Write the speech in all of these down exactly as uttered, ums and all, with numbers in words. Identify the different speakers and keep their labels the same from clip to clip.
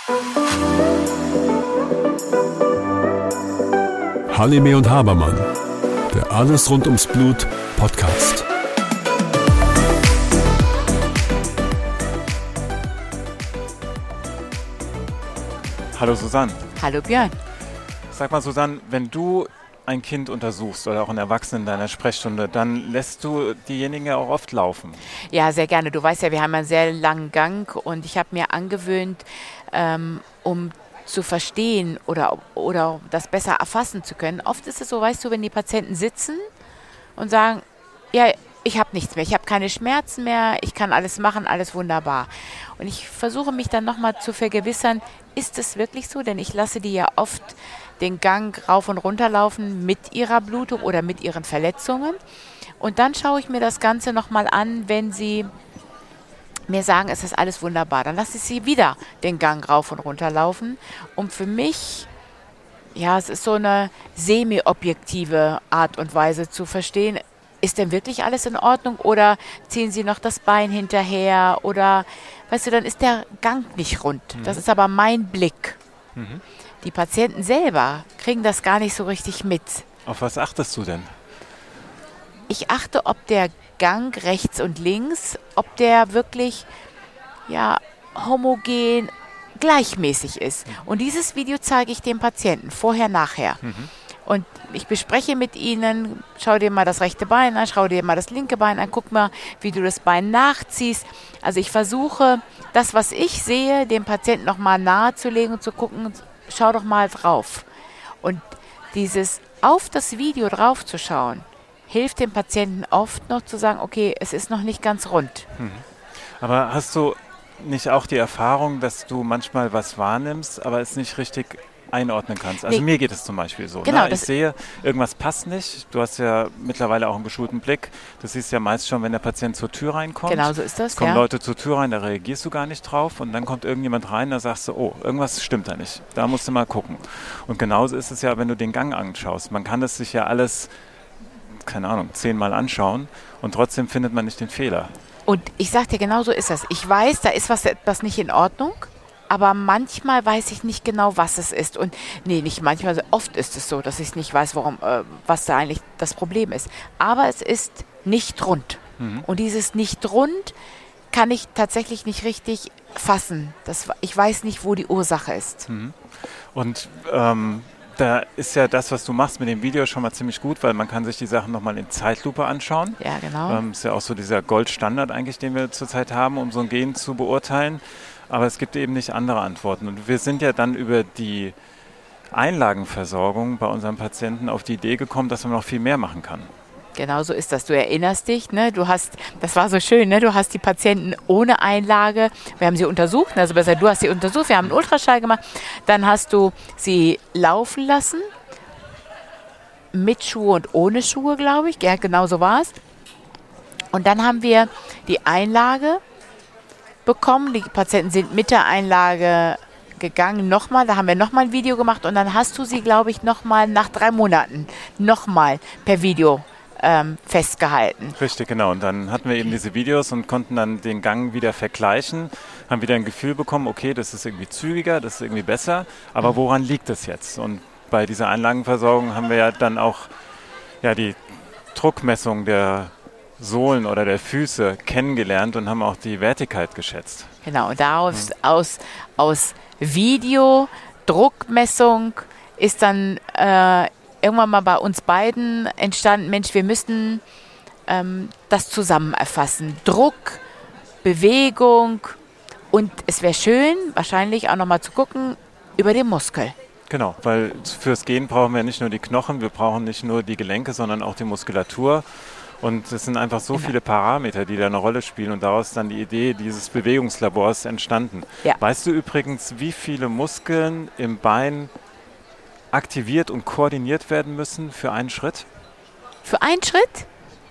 Speaker 1: Halime und Habermann, der Alles rund ums Blut Podcast.
Speaker 2: Hallo Susanne.
Speaker 3: Hallo Björn.
Speaker 2: Sag mal Susanne, wenn du ein Kind untersuchst oder auch einen Erwachsenen in deiner Sprechstunde, dann lässt du diejenigen ja auch oft laufen.
Speaker 3: Ja, sehr gerne. Du weißt ja, wir haben einen sehr langen Gang und ich habe mir angewöhnt, ähm, um zu verstehen oder, oder das besser erfassen zu können. Oft ist es so, weißt du, wenn die Patienten sitzen und sagen, ja, ich habe nichts mehr, ich habe keine Schmerzen mehr, ich kann alles machen, alles wunderbar. Und ich versuche mich dann nochmal zu vergewissern, ist es wirklich so? Denn ich lasse die ja oft den Gang rauf und runter laufen mit ihrer Blutung oder mit ihren Verletzungen. Und dann schaue ich mir das Ganze nochmal an, wenn sie mir sagen, es ist alles wunderbar. Dann lasse ich sie wieder den Gang rauf und runter laufen. Und für mich, ja, es ist so eine semi-objektive Art und Weise zu verstehen, ist denn wirklich alles in Ordnung oder ziehen sie noch das Bein hinterher oder, weißt du, dann ist der Gang nicht rund. Mhm. Das ist aber mein Blick. Mhm. Die Patienten selber kriegen das gar nicht so richtig mit.
Speaker 2: Auf was achtest du denn?
Speaker 3: Ich achte, ob der Gang rechts und links, ob der wirklich ja, homogen, gleichmäßig ist. Mhm. Und dieses Video zeige ich dem Patienten, vorher, nachher. Mhm. Und ich bespreche mit ihnen, schau dir mal das rechte Bein an, schau dir mal das linke Bein an, guck mal, wie du das Bein nachziehst. Also ich versuche, das, was ich sehe, dem Patienten nochmal nahezulegen und zu gucken, schau doch mal drauf. Und dieses auf das Video drauf zu schauen, hilft dem Patienten oft noch zu sagen, okay, es ist noch nicht ganz rund.
Speaker 2: Hm. Aber hast du nicht auch die Erfahrung, dass du manchmal was wahrnimmst, aber es nicht richtig einordnen kannst? Also nee. Mir geht es zum Beispiel so.
Speaker 3: Genau,
Speaker 2: ne? Ich sehe, irgendwas passt nicht. Du hast ja mittlerweile auch einen geschulten Blick. Du siehst ja meist schon, wenn der Patient zur Tür reinkommt.
Speaker 3: Genau so ist das,
Speaker 2: kommen
Speaker 3: ja.
Speaker 2: Leute zur Tür rein, da reagierst du gar nicht drauf. Und dann kommt irgendjemand rein, da sagst du, oh, irgendwas stimmt da nicht. Da musst du mal gucken. Und genauso ist es ja, wenn du den Gang anschaust. Man kann das sich ja alles, keine Ahnung, zehnmal anschauen und trotzdem findet man nicht den Fehler.
Speaker 3: Und ich sag dir, genau so ist das. Ich weiß, da ist was etwas nicht in Ordnung. Aber manchmal weiß ich nicht genau, was es ist. Und nee, nicht manchmal, oft ist es so, dass ich nicht weiß, warum, äh, was da eigentlich das Problem ist. Aber es ist nicht rund. Mhm. Und dieses nicht rund kann ich tatsächlich nicht richtig fassen. Das, ich weiß nicht, wo die Ursache ist.
Speaker 2: Mhm. Und ähm, da ist ja das, was du machst mit dem Video schon mal ziemlich gut, weil man kann sich die Sachen nochmal in Zeitlupe anschauen.
Speaker 3: Ja, genau.
Speaker 2: Ähm, ist ja auch so dieser Goldstandard eigentlich, den wir zurzeit haben, um so ein Gen zu beurteilen. Aber es gibt eben nicht andere Antworten. Und wir sind ja dann über die Einlagenversorgung bei unseren Patienten auf die Idee gekommen, dass man noch viel mehr machen kann.
Speaker 3: Genau so ist das. Du erinnerst dich, ne? Du hast, das war so schön, ne? Du hast die Patienten ohne Einlage, wir haben sie untersucht, also besser, du hast sie untersucht, wir haben einen Ultraschall gemacht, dann hast du sie laufen lassen, mit Schuhe und ohne Schuhe, glaube ich. Ja, genau so war es. Und dann haben wir die Einlage bekommen. Die Patienten sind mit der Einlage gegangen, nochmal, da haben wir nochmal ein Video gemacht und dann hast du sie, glaube ich, nochmal nach drei Monaten nochmal per Video ähm, festgehalten.
Speaker 2: Richtig, genau. Und dann hatten wir eben diese Videos und konnten dann den Gang wieder vergleichen, haben wieder ein Gefühl bekommen, okay, das ist irgendwie zügiger, das ist irgendwie besser, aber woran liegt das jetzt? Und bei dieser Einlagenversorgung haben wir ja dann auch ja, die Druckmessung der Sohlen oder der Füße kennengelernt und haben auch die Wertigkeit geschätzt.
Speaker 3: Genau, und daraus mhm. aus, aus Video, Druckmessung ist dann äh, irgendwann mal bei uns beiden entstanden, Mensch, wir müssten ähm, das zusammen erfassen. Druck, Bewegung und es wäre schön, wahrscheinlich auch nochmal zu gucken, über den Muskel.
Speaker 2: Genau, weil fürs Gehen brauchen wir nicht nur die Knochen, wir brauchen nicht nur die Gelenke, sondern auch die Muskulatur. Und es sind einfach so genau. viele Parameter, die da eine Rolle spielen und daraus dann die Idee dieses Bewegungslabors entstanden.
Speaker 3: Ja.
Speaker 2: Weißt du übrigens, wie viele Muskeln im Bein aktiviert und koordiniert werden müssen für einen Schritt?
Speaker 3: Für einen Schritt?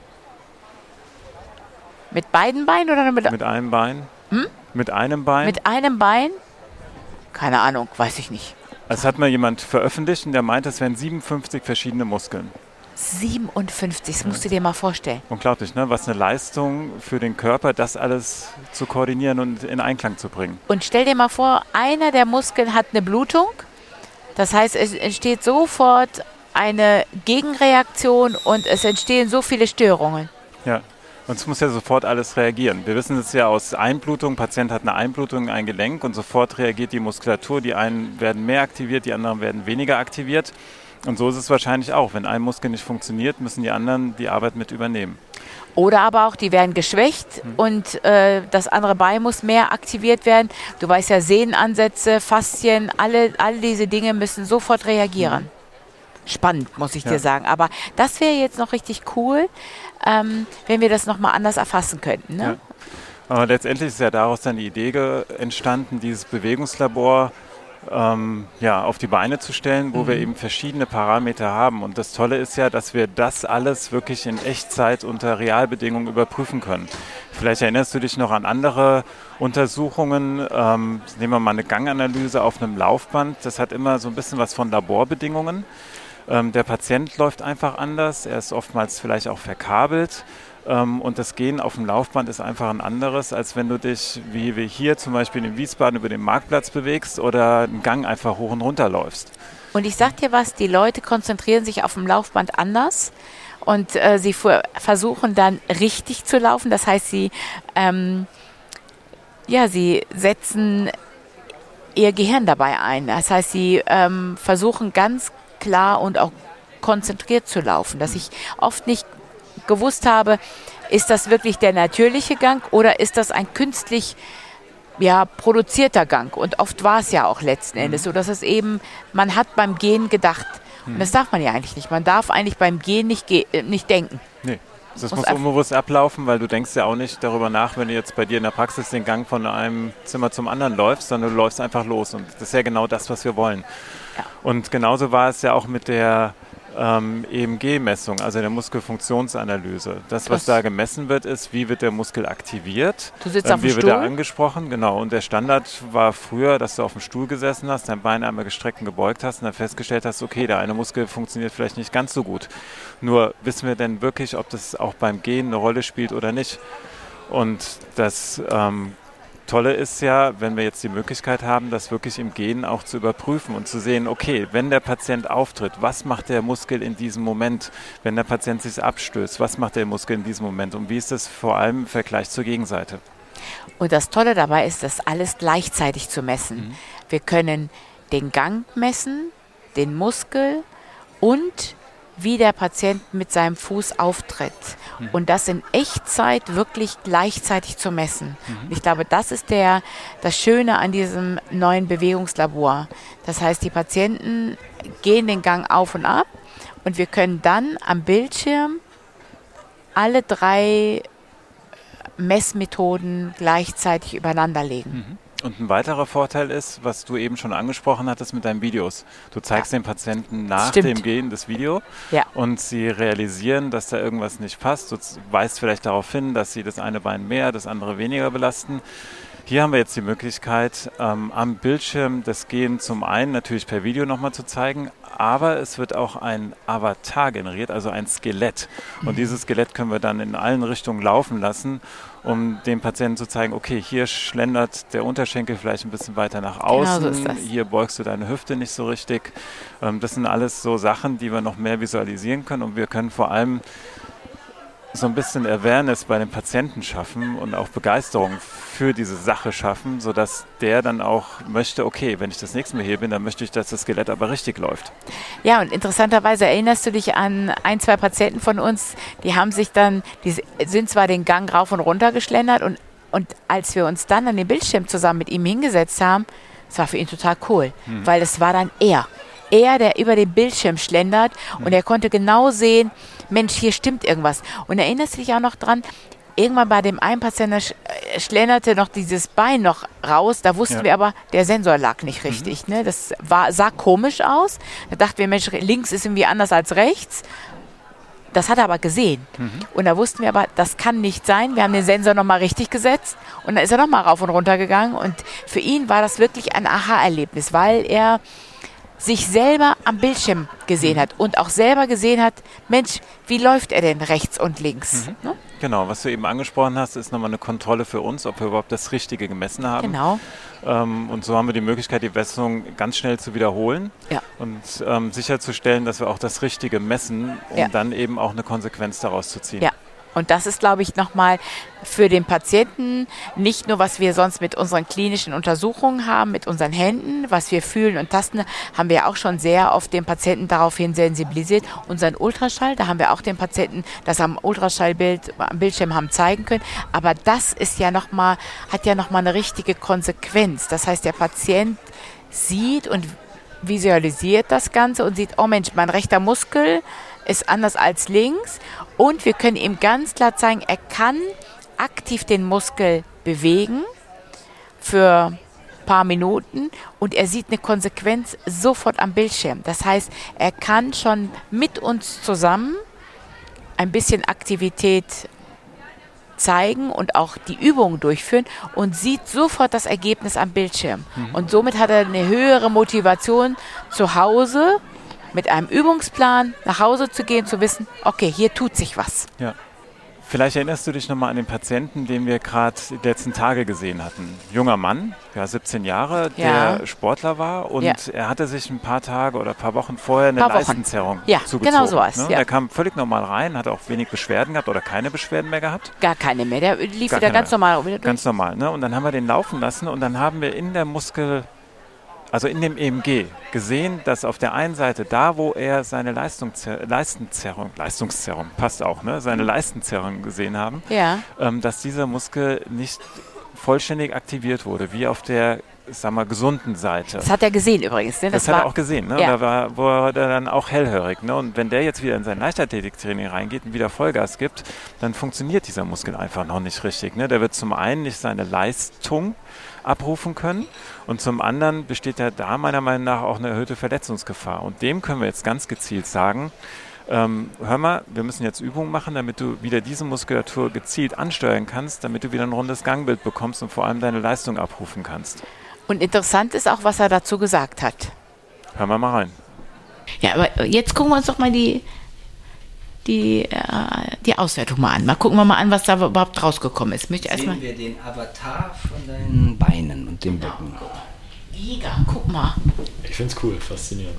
Speaker 3: Mit beiden Beinen oder mit...
Speaker 2: Mit einem Bein.
Speaker 3: Hm?
Speaker 2: Mit einem Bein.
Speaker 3: Mit einem Bein? Keine Ahnung, weiß ich nicht.
Speaker 2: Es hat mal jemand veröffentlicht und der meinte, es wären siebenundfünfzig verschiedene Muskeln.
Speaker 3: siebenundfünfzig, das musst du dir mal vorstellen.
Speaker 2: Unglaublich, ne? Was eine Leistung für den Körper, das alles zu koordinieren und in Einklang zu bringen.
Speaker 3: Und stell dir mal vor, einer der Muskeln hat eine Blutung. Das heißt, es entsteht sofort eine Gegenreaktion und es entstehen so viele Störungen.
Speaker 2: Ja, und es muss ja sofort alles reagieren. Wir wissen es ja aus Einblutung, Patient hat eine Einblutung in ein Gelenk und sofort reagiert die Muskulatur. Die einen werden mehr aktiviert, die anderen werden weniger aktiviert. Und so ist es wahrscheinlich auch. Wenn ein Muskel nicht funktioniert, müssen die anderen die Arbeit mit übernehmen.
Speaker 3: Oder aber auch, die werden geschwächt hm. und äh, das andere Bein muss mehr aktiviert werden. Du weißt ja, Sehnenansätze, Faszien, alle, all diese Dinge müssen sofort reagieren. Hm. Spannend, muss ich ja. dir sagen. Aber das wäre jetzt noch richtig cool, ähm, wenn wir das nochmal anders erfassen könnten. Ne?
Speaker 2: Ja. Aber letztendlich ist ja daraus dann die Idee entstanden, dieses Bewegungslabor Ähm, ja, auf die Beine zu stellen, wo mhm. wir eben verschiedene Parameter haben. Und das Tolle ist ja, dass wir das alles wirklich in Echtzeit unter Realbedingungen überprüfen können. Vielleicht erinnerst du dich noch an andere Untersuchungen. Ähm, nehmen wir mal eine Ganganalyse auf einem Laufband. Das hat immer so ein bisschen was von Laborbedingungen. Ähm, der Patient läuft einfach anders. Er ist oftmals vielleicht auch verkabelt. Ähm, und das Gehen auf dem Laufband ist einfach ein anderes, als wenn du dich, wie wir hier zum Beispiel in Wiesbaden, über den Marktplatz bewegst oder einen Gang einfach hoch und runter läufst.
Speaker 3: Und ich sag dir was, die Leute konzentrieren sich auf dem Laufband anders und äh, sie fu- versuchen dann richtig zu laufen. Das heißt, sie, ähm, ja, sie setzen ihr Gehirn dabei ein. Das heißt, sie ähm, versuchen ganz klar und auch konzentriert zu laufen, dass ich oft nicht gewusst habe, ist das wirklich der natürliche Gang oder ist das ein künstlich ja, produzierter Gang? Und oft war es ja auch letzten mhm. Endes so, dass es eben, man hat beim Gehen gedacht. Mhm. Und das darf man ja eigentlich nicht. Man darf eigentlich beim Gehen nicht, ge- äh, nicht denken. Nee.
Speaker 2: Das muss unbewusst ablaufen, weil du denkst ja auch nicht darüber nach, wenn du jetzt bei dir in der Praxis den Gang von einem Zimmer zum anderen läufst, sondern du läufst einfach los. Und das ist ja genau das, was wir wollen. Ja. Und genauso war es ja auch mit der Ähm, E M G-Messung, also der Muskelfunktionsanalyse. Das, was das da gemessen wird, ist, wie wird der Muskel aktiviert,
Speaker 3: du sitzt
Speaker 2: ähm,
Speaker 3: auf dem
Speaker 2: wie
Speaker 3: Stuhl?
Speaker 2: wird er angesprochen, genau. Und der Standard war früher, dass du auf dem Stuhl gesessen hast, dein Bein einmal gestreckt und gebeugt hast und dann festgestellt hast, okay, der eine Muskel funktioniert vielleicht nicht ganz so gut. Nur wissen wir denn wirklich, ob das auch beim Gehen eine Rolle spielt oder nicht? Und das ähm, Tolle ist ja, wenn wir jetzt die Möglichkeit haben, das wirklich im Gehen auch zu überprüfen und zu sehen, okay, wenn der Patient auftritt, was macht der Muskel in diesem Moment? Wenn der Patient sich abstößt, was macht der Muskel in diesem Moment? Und wie ist das vor allem im Vergleich zur Gegenseite?
Speaker 3: Und das Tolle dabei ist, das alles gleichzeitig zu messen. Mhm. Wir können den Gang messen, den Muskel und wie der Patient mit seinem Fuß auftritt. Mhm. Und das in Echtzeit wirklich gleichzeitig zu messen. Mhm. Ich glaube, das ist der, das Schöne an diesem neuen Bewegungslabor. Das heißt, die Patienten gehen den Gang auf und ab und wir können dann am Bildschirm alle drei Messmethoden gleichzeitig übereinander legen.
Speaker 2: Mhm. Und ein weiterer Vorteil ist, was du eben schon angesprochen hattest mit deinen Videos. Du zeigst ja. den Patienten nach dem Gehen das Video
Speaker 3: ja.
Speaker 2: und sie realisieren, dass da irgendwas nicht passt. Du weist vielleicht darauf hin, dass sie das eine Bein mehr, das andere weniger belasten. Hier haben wir jetzt die Möglichkeit, ähm, am Bildschirm das Gehen zum einen natürlich per Video nochmal zu zeigen, aber es wird auch ein Avatar generiert, also ein Skelett. Und dieses Skelett können wir dann in allen Richtungen laufen lassen, um dem Patienten zu zeigen, okay, hier schlendert der Unterschenkel vielleicht ein bisschen weiter nach außen,
Speaker 3: genau so ist das.
Speaker 2: Hier beugst du deine Hüfte nicht so richtig. Ähm, das sind alles so Sachen, die wir noch mehr visualisieren können und wir können vor allem so ein bisschen Awareness bei den Patienten schaffen und auch Begeisterung für diese Sache schaffen, sodass der dann auch möchte, okay, wenn ich das nächste Mal hier bin, dann möchte ich, dass das Skelett aber richtig läuft.
Speaker 3: Ja, und interessanterweise erinnerst du dich an ein, zwei Patienten von uns, die haben sich dann, die sind zwar den Gang rauf und runter geschlendert und, und als wir uns dann an den Bildschirm zusammen mit ihm hingesetzt haben, das war für ihn total cool, hm. weil es war dann er. Er, der über den Bildschirm schlendert hm. und er konnte genau sehen, Mensch, hier stimmt irgendwas. Und erinnerst du dich auch noch dran, irgendwann bei dem einen Patienten sch- schlenderte noch dieses Bein noch raus, da wussten ja. wir aber, der Sensor lag nicht richtig. Mhm. Ne? Das war, sah komisch aus. Da dachten wir, Mensch, links ist irgendwie anders als rechts. Das hat er aber gesehen. Mhm. Und da wussten wir aber, das kann nicht sein. Wir haben den Sensor nochmal richtig gesetzt und dann ist er nochmal rauf und runter gegangen. Und für ihn war das wirklich ein Aha-Erlebnis, weil er sich selber am Bildschirm gesehen hat und auch selber gesehen hat, Mensch, wie läuft er denn rechts und links?
Speaker 2: Mhm.
Speaker 3: Ne?
Speaker 2: Genau, was du eben angesprochen hast, ist nochmal eine Kontrolle für uns, ob wir überhaupt das Richtige gemessen haben.
Speaker 3: Genau.
Speaker 2: Ähm, und so haben wir die Möglichkeit, die Messung ganz schnell zu wiederholen
Speaker 3: Ja.
Speaker 2: und ähm, sicherzustellen, dass wir auch das Richtige messen, um
Speaker 3: Ja.
Speaker 2: dann eben auch eine Konsequenz daraus zu ziehen.
Speaker 3: Ja. Und das ist, glaube ich, nochmal für den Patienten nicht nur, was wir sonst mit unseren klinischen Untersuchungen haben, mit unseren Händen, was wir fühlen und tasten, haben wir auch schon sehr oft den Patienten daraufhin sensibilisiert. Unseren Ultraschall, da haben wir auch den Patienten das am Ultraschallbild, am Bildschirm haben zeigen können. Aber das ist ja noch mal, hat ja nochmal eine richtige Konsequenz. Das heißt, der Patient sieht und visualisiert das Ganze und sieht, oh Mensch, mein rechter Muskel ist anders als links. Und wir können ihm ganz klar zeigen, er kann aktiv den Muskel bewegen für ein paar Minuten und er sieht eine Konsequenz sofort am Bildschirm. Das heißt, er kann schon mit uns zusammen ein bisschen Aktivität zeigen und auch die Übungen durchführen und sieht sofort das Ergebnis am Bildschirm. Mhm. Und somit hat er eine höhere Motivation zu Hause mit einem Übungsplan nach Hause zu gehen, zu wissen, okay, hier tut sich was.
Speaker 2: Ja. Vielleicht erinnerst du dich nochmal an den Patienten, den wir gerade die letzten Tage gesehen hatten. Junger Mann, ja, siebzehn Jahre,
Speaker 3: Ja.
Speaker 2: der Sportler war und
Speaker 3: Ja.
Speaker 2: er hatte sich ein paar Tage oder ein paar Wochen vorher eine
Speaker 3: Paar Wochen.
Speaker 2: Leistenzerrung
Speaker 3: Ja,
Speaker 2: zugezogen.
Speaker 3: genau so was,
Speaker 2: Ne?
Speaker 3: ja.
Speaker 2: Er kam völlig normal rein, hatte auch wenig Beschwerden gehabt oder keine Beschwerden mehr gehabt.
Speaker 3: Gar keine mehr, der lief
Speaker 2: Gar
Speaker 3: wieder
Speaker 2: keine
Speaker 3: ganz
Speaker 2: mehr.
Speaker 3: normal wieder durch.
Speaker 2: Ganz normal. Ne? Und dann haben wir den laufen lassen und dann haben wir in der Muskel... Also in dem E M G gesehen, dass auf der einen Seite da, wo er seine Leistungszerrung, Leistenzerrung, Leistungszerrung, passt auch, ne, seine Leistenzerrung gesehen haben,
Speaker 3: Ja.
Speaker 2: ähm, dass dieser Muskel nicht vollständig aktiviert wurde, wie auf der, ich sag mal, gesunden Seite.
Speaker 3: Das hat er gesehen übrigens. Ne?
Speaker 2: Das,
Speaker 3: Das,
Speaker 2: hat
Speaker 3: war,
Speaker 2: er auch gesehen, ne?
Speaker 3: Ja.
Speaker 2: Da war, wo er dann auch hellhörig. Ne? Und wenn der jetzt wieder in sein Leichtathletiktraining reingeht und wieder Vollgas gibt, dann funktioniert dieser Muskel einfach noch nicht richtig. Ne? Der wird zum einen nicht seine Leistung abrufen können und zum anderen besteht ja da meiner Meinung nach auch eine erhöhte Verletzungsgefahr. Und dem können wir jetzt ganz gezielt sagen, ähm, hör mal, wir müssen jetzt Übungen machen, damit du wieder diese Muskulatur gezielt ansteuern kannst, damit du wieder ein rundes Gangbild bekommst und vor allem deine Leistung abrufen kannst.
Speaker 3: Und interessant ist auch, was er dazu gesagt hat.
Speaker 2: Hören wir mal rein.
Speaker 3: Ja, aber jetzt gucken wir uns doch mal die, die, äh, die Auswertung mal an. Mal gucken wir mal an, was da überhaupt rausgekommen ist. Möchte erstmal.
Speaker 4: Sehen wir den Avatar von deinen Beinen und dem Becken.
Speaker 3: Mega, guck mal.
Speaker 5: Ich finde es cool, faszinierend.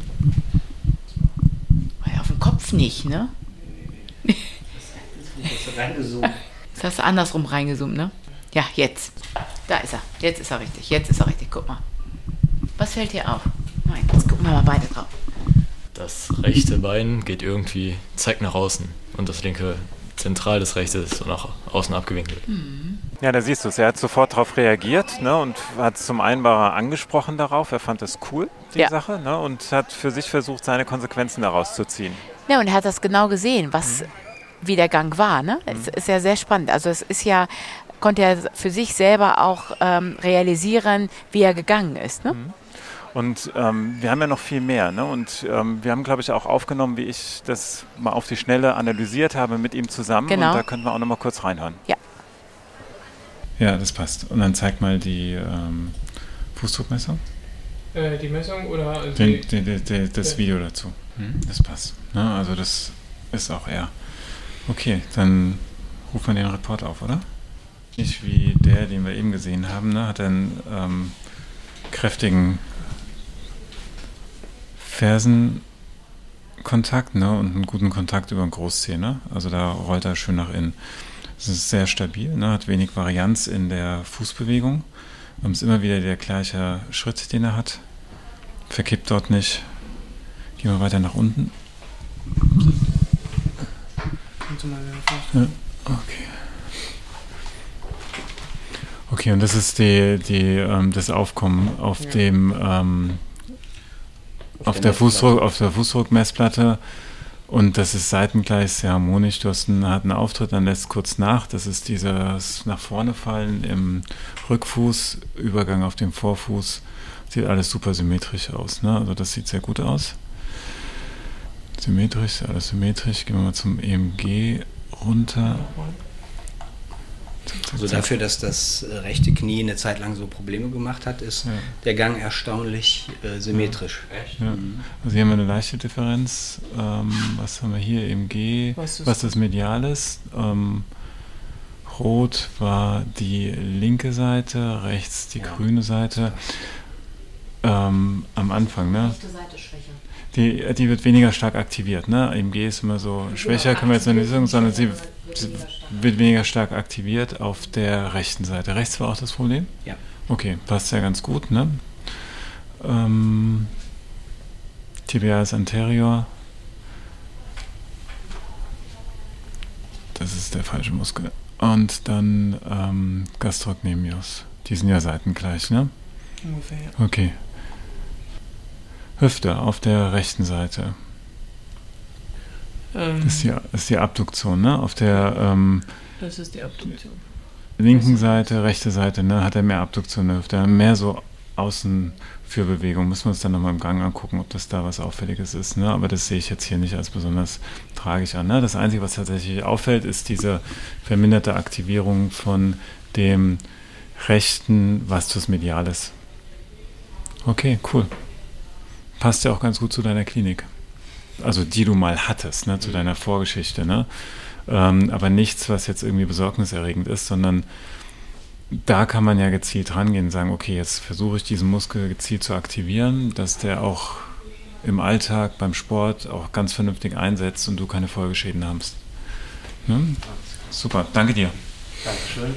Speaker 3: Weil auf dem Kopf nicht, ne?
Speaker 4: Hast du reingezoomt?
Speaker 3: Das hast du andersrum reingezoomt, ne? Ja, jetzt. Da ist er. Jetzt ist er richtig. Jetzt ist er richtig. Guck mal. Was fällt dir auf? Nein, jetzt gucken wir mal beide drauf.
Speaker 5: Das rechte Bein geht irgendwie, zeigt nach außen und das linke zentral, das rechte ist so nach außen abgewinkelt.
Speaker 2: Ja, da siehst du es. Er hat sofort darauf reagiert, ne, und hat zum einen war er angesprochen darauf, er fand das cool, die
Speaker 3: Ja.
Speaker 2: Sache, ne, und hat für sich versucht, seine Konsequenzen daraus zu ziehen.
Speaker 3: Ja, und er hat das genau gesehen, was
Speaker 2: Mhm.
Speaker 3: wie der Gang war, ne? Es ist ja sehr spannend. Also es ist ja, konnte er für sich selber auch ähm, realisieren, wie er gegangen ist, ne?
Speaker 2: Und ähm, wir haben ja noch viel mehr, ne, und ähm, wir haben, glaube ich, auch aufgenommen, wie ich das mal auf die Schnelle analysiert habe mit ihm zusammen.
Speaker 3: Genau.
Speaker 2: Und da könnten wir auch noch mal kurz reinhören.
Speaker 3: Ja.
Speaker 2: Ja, das passt. Und dann zeig mal die ähm, Fußdruckmessung.
Speaker 6: Äh, die Messung oder
Speaker 2: Den,
Speaker 6: die,
Speaker 2: den, den, den, das
Speaker 6: Ja.
Speaker 2: Video dazu. Das passt. Ne? Also das ist auch er. Okay, dann ruft man den Report auf, oder? Nicht wie der, den wir eben gesehen haben, ne? Hat einen ähm, kräftigen Fersenkontakt, ne? Und einen guten Kontakt über den Großzeh. Ne? Also da rollt er schön nach innen. Es ist sehr stabil, ne? Hat wenig Varianz in der Fußbewegung. Es ist immer wieder der gleiche Schritt, den er hat. Verkippt dort nicht. Gehen wir weiter nach unten.
Speaker 6: kannst du mal einfach.
Speaker 2: Ja, okay. Okay, und das ist die, die, ähm, das Aufkommen auf
Speaker 6: Ja.
Speaker 2: dem ähm, auf,
Speaker 4: der
Speaker 2: der
Speaker 4: Messplatte.
Speaker 2: Fußdruck, auf der Fußdruckmessplatte. Und das ist seitengleich sehr harmonisch. Du hast einen harten Auftritt, dann lässt kurz nach. Das ist dieses nach vorne fallen im Rückfuß, Übergang auf den Vorfuß. Sieht alles super symmetrisch aus. Ne? Also das sieht sehr gut aus. Symmetrisch, alles symmetrisch. Gehen wir mal zum E M G runter.
Speaker 4: Also dafür, dass das äh, rechte Knie eine Zeit lang so Probleme gemacht hat, ist ja. der Gang erstaunlich äh, symmetrisch.
Speaker 2: Ja. Echt? Ja. Mhm. Also hier haben wir eine leichte Differenz. Ähm, was haben wir hier? E M G, was ist, was ist Mediales? Ähm, Rot war die linke Seite, rechts die ja. grüne Seite. Ähm, am Anfang, ne? Die rechte Seite schwächer. Die, die wird weniger stark aktiviert, ne? E M G ist immer so schwächer, können wir jetzt nicht sagen, sondern sie wird weniger stark aktiviert auf der rechten Seite. Rechts war auch das Problem?
Speaker 4: Ja.
Speaker 2: Okay, passt ja ganz gut, ne? Ähm, Tibialis anterior. Das ist der falsche Muskel. Und dann ähm, Gastrocnemius. Die sind ja seitengleich, ne?
Speaker 6: Ungefähr, ja.
Speaker 2: Okay. Hüfte auf der rechten Seite.
Speaker 6: Ähm,
Speaker 2: das ist die, das ist die Abduktion, ne? Auf der ähm,
Speaker 6: das ist die Abduktion.
Speaker 2: linken Seite, rechte Seite, ne? Hat er mehr Abduktion in der Hüfte, mehr so Außenführbewegung. Müssen wir uns dann nochmal im Gang angucken, ob das da was Auffälliges ist, ne? Aber das sehe ich jetzt hier nicht als besonders tragisch an, ne? Das Einzige, was tatsächlich auffällt, ist diese verminderte Aktivierung von dem rechten Vastus medialis. Okay, cool. Passt ja auch ganz gut zu deiner Klinik. Also die du mal hattest, ne, zu deiner Vorgeschichte. Ne? Ähm, aber nichts, was jetzt irgendwie besorgniserregend ist, sondern da kann man ja gezielt rangehen und sagen, okay, jetzt versuche ich diesen Muskel gezielt zu aktivieren, dass der auch im Alltag, beim Sport auch ganz vernünftig einsetzt und du keine Folgeschäden hast. Ne? Super, danke dir.
Speaker 4: Dankeschön.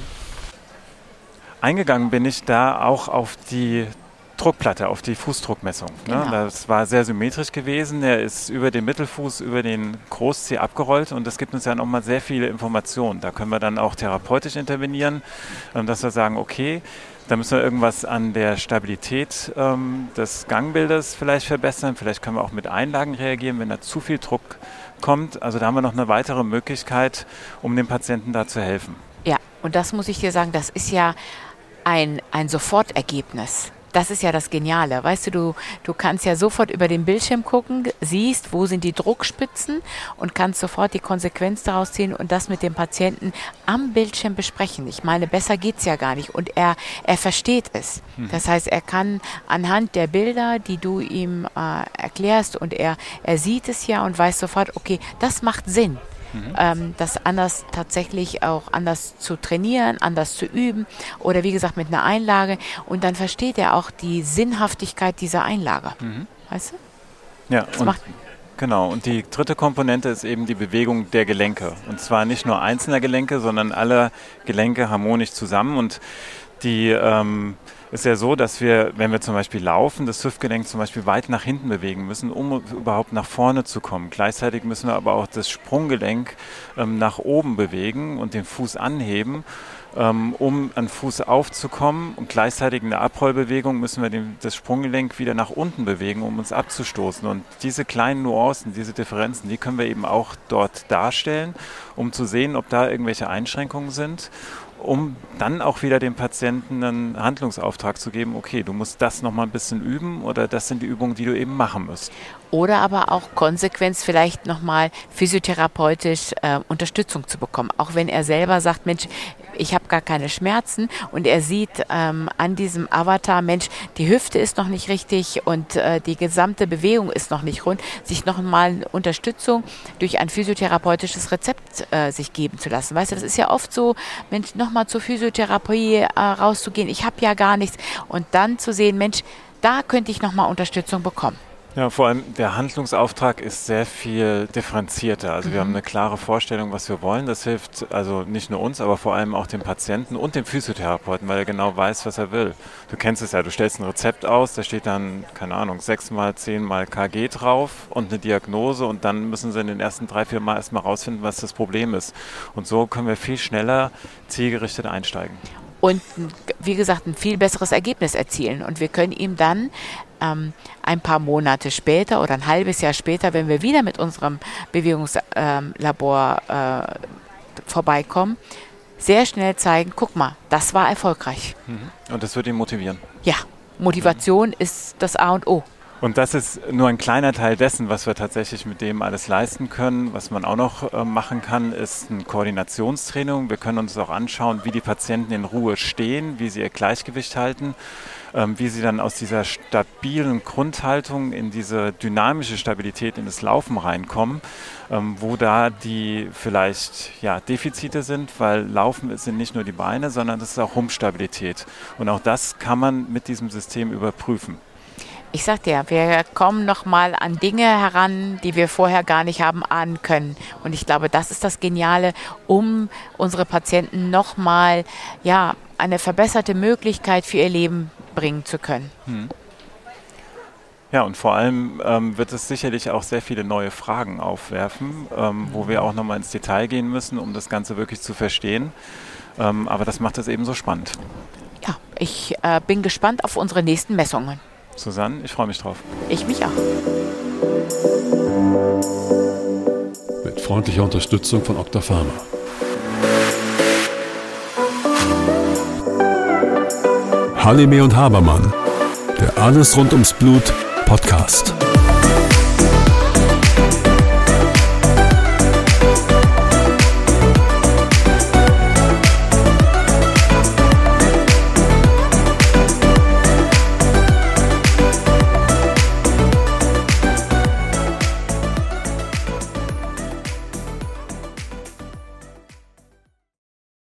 Speaker 2: Eingegangen bin ich da auch auf die Druckplatte, auf die Fußdruckmessung.
Speaker 3: Genau.
Speaker 2: Ne? Das war sehr symmetrisch gewesen. Er ist über den Mittelfuß, über den Großzeh abgerollt und das gibt uns ja nochmal sehr viele Informationen. Da können wir dann auch therapeutisch intervenieren, dass wir sagen, okay, da müssen wir irgendwas an der Stabilität ähm, des Gangbildes vielleicht verbessern. Vielleicht können wir auch mit Einlagen reagieren, wenn da zu viel Druck kommt. Also da haben wir noch eine weitere Möglichkeit, um dem Patienten da zu helfen.
Speaker 3: Ja, und das muss ich dir sagen, das ist ja ein, ein Sofortergebnis. Das ist ja das Geniale. Weißt du, du, du kannst ja sofort über den Bildschirm gucken, siehst, wo sind die Druckspitzen und kannst sofort die Konsequenz daraus ziehen und das mit dem Patienten am Bildschirm besprechen. Ich meine, besser geht's ja gar nicht. Und er, er versteht es. Mhm. Das heißt, er kann anhand der Bilder, die du ihm äh, erklärst und er, er sieht es ja und weiß sofort, okay, das macht Sinn. Mhm. Ähm, das anders tatsächlich auch anders zu trainieren, anders zu üben oder wie gesagt mit einer Einlage und dann versteht er auch die Sinnhaftigkeit dieser Einlage. Mhm. Weißt du?
Speaker 2: Ja,
Speaker 3: das
Speaker 2: und
Speaker 3: macht
Speaker 2: genau. Und die dritte Komponente ist eben die Bewegung der Gelenke. Und zwar nicht nur einzelner Gelenke, sondern alle Gelenke harmonisch zusammen. Und die ähm, ist ja so, dass wir, wenn wir zum Beispiel laufen, das Hüftgelenk zum Beispiel weit nach hinten bewegen müssen, um überhaupt nach vorne zu kommen. Gleichzeitig müssen wir aber auch das Sprunggelenk ähm, nach oben bewegen und den Fuß anheben, ähm, um an den Fuß aufzukommen. Und gleichzeitig in der Abrollbewegung müssen wir den, das Sprunggelenk wieder nach unten bewegen, um uns abzustoßen. Und diese kleinen Nuancen, diese Differenzen, die können wir eben auch dort darstellen, um zu sehen, ob da irgendwelche Einschränkungen sind, um dann auch wieder dem Patienten einen Handlungsauftrag zu geben, okay, du musst das nochmal ein bisschen üben oder das sind die Übungen, die du eben machen musst.
Speaker 3: Oder aber auch Konsequenz vielleicht nochmal physiotherapeutisch äh, Unterstützung zu bekommen. Auch wenn er selber sagt, Mensch, ich habe gar keine Schmerzen und er sieht ähm, an diesem Avatar, Mensch, die Hüfte ist noch nicht richtig und äh, die gesamte Bewegung ist noch nicht rund, sich nochmal Unterstützung durch ein physiotherapeutisches Rezept äh, sich geben zu lassen. Weißt du, das ist ja oft so, Mensch, nochmal zur Physiotherapie äh, rauszugehen, ich habe ja gar nichts und dann zu sehen, Mensch, da könnte ich nochmal Unterstützung bekommen.
Speaker 2: Ja, vor allem der Handlungsauftrag ist sehr viel differenzierter. Also mhm. wir haben eine klare Vorstellung, was wir wollen. Das hilft also nicht nur uns, aber vor allem auch dem Patienten und dem Physiotherapeuten, weil er genau weiß, was er will. Du kennst es ja, du stellst ein Rezept aus, da steht dann, keine Ahnung, sechs mal, zehn mal K G drauf und eine Diagnose und dann müssen sie in den ersten drei, vier Mal erstmal rausfinden, was das Problem ist. Und so können wir viel schneller zielgerichtet einsteigen.
Speaker 3: Und wie gesagt, ein viel besseres Ergebnis erzielen. Und wir können ihm dann ähm, ein paar Monate später oder ein halbes Jahr später, wenn wir wieder mit unserem Bewegungslabor äh, vorbeikommen, sehr schnell zeigen, guck mal, das war erfolgreich.
Speaker 2: Und das wird ihn motivieren.
Speaker 3: Ja, Motivation mhm. ist das A und O.
Speaker 2: Und das ist nur ein kleiner Teil dessen, was wir tatsächlich mit dem alles leisten können. Was man auch noch äh, machen kann, ist ein Koordinationstraining. Wir können uns auch anschauen, wie die Patienten in Ruhe stehen, wie sie ihr Gleichgewicht halten, ähm, wie sie dann aus dieser stabilen Grundhaltung in diese dynamische Stabilität in das Laufen reinkommen, ähm, wo da die vielleicht ja, Defizite sind, weil Laufen sind nicht nur die Beine, sondern das ist auch Rumpfstabilität. Und auch das kann man mit diesem System überprüfen.
Speaker 3: Ich sag dir, wir kommen nochmal an Dinge heran, die wir vorher gar nicht haben ahnen können. Und ich glaube, das ist das Geniale, um unsere Patienten nochmal ja, eine verbesserte Möglichkeit für ihr Leben bringen zu können.
Speaker 2: Hm. Ja, und vor allem ähm, wird es sicherlich auch sehr viele neue Fragen aufwerfen, ähm, wo wir auch nochmal ins Detail gehen müssen, um das Ganze wirklich zu verstehen. Ähm, aber das macht es eben so spannend.
Speaker 3: Ja, ich äh, bin gespannt auf unsere nächsten Messungen.
Speaker 2: Susanne, ich freue mich drauf.
Speaker 3: Ich mich auch.
Speaker 1: Mit freundlicher Unterstützung von Octapharma. Halime und Habermann, der Alles rund ums Blut Podcast.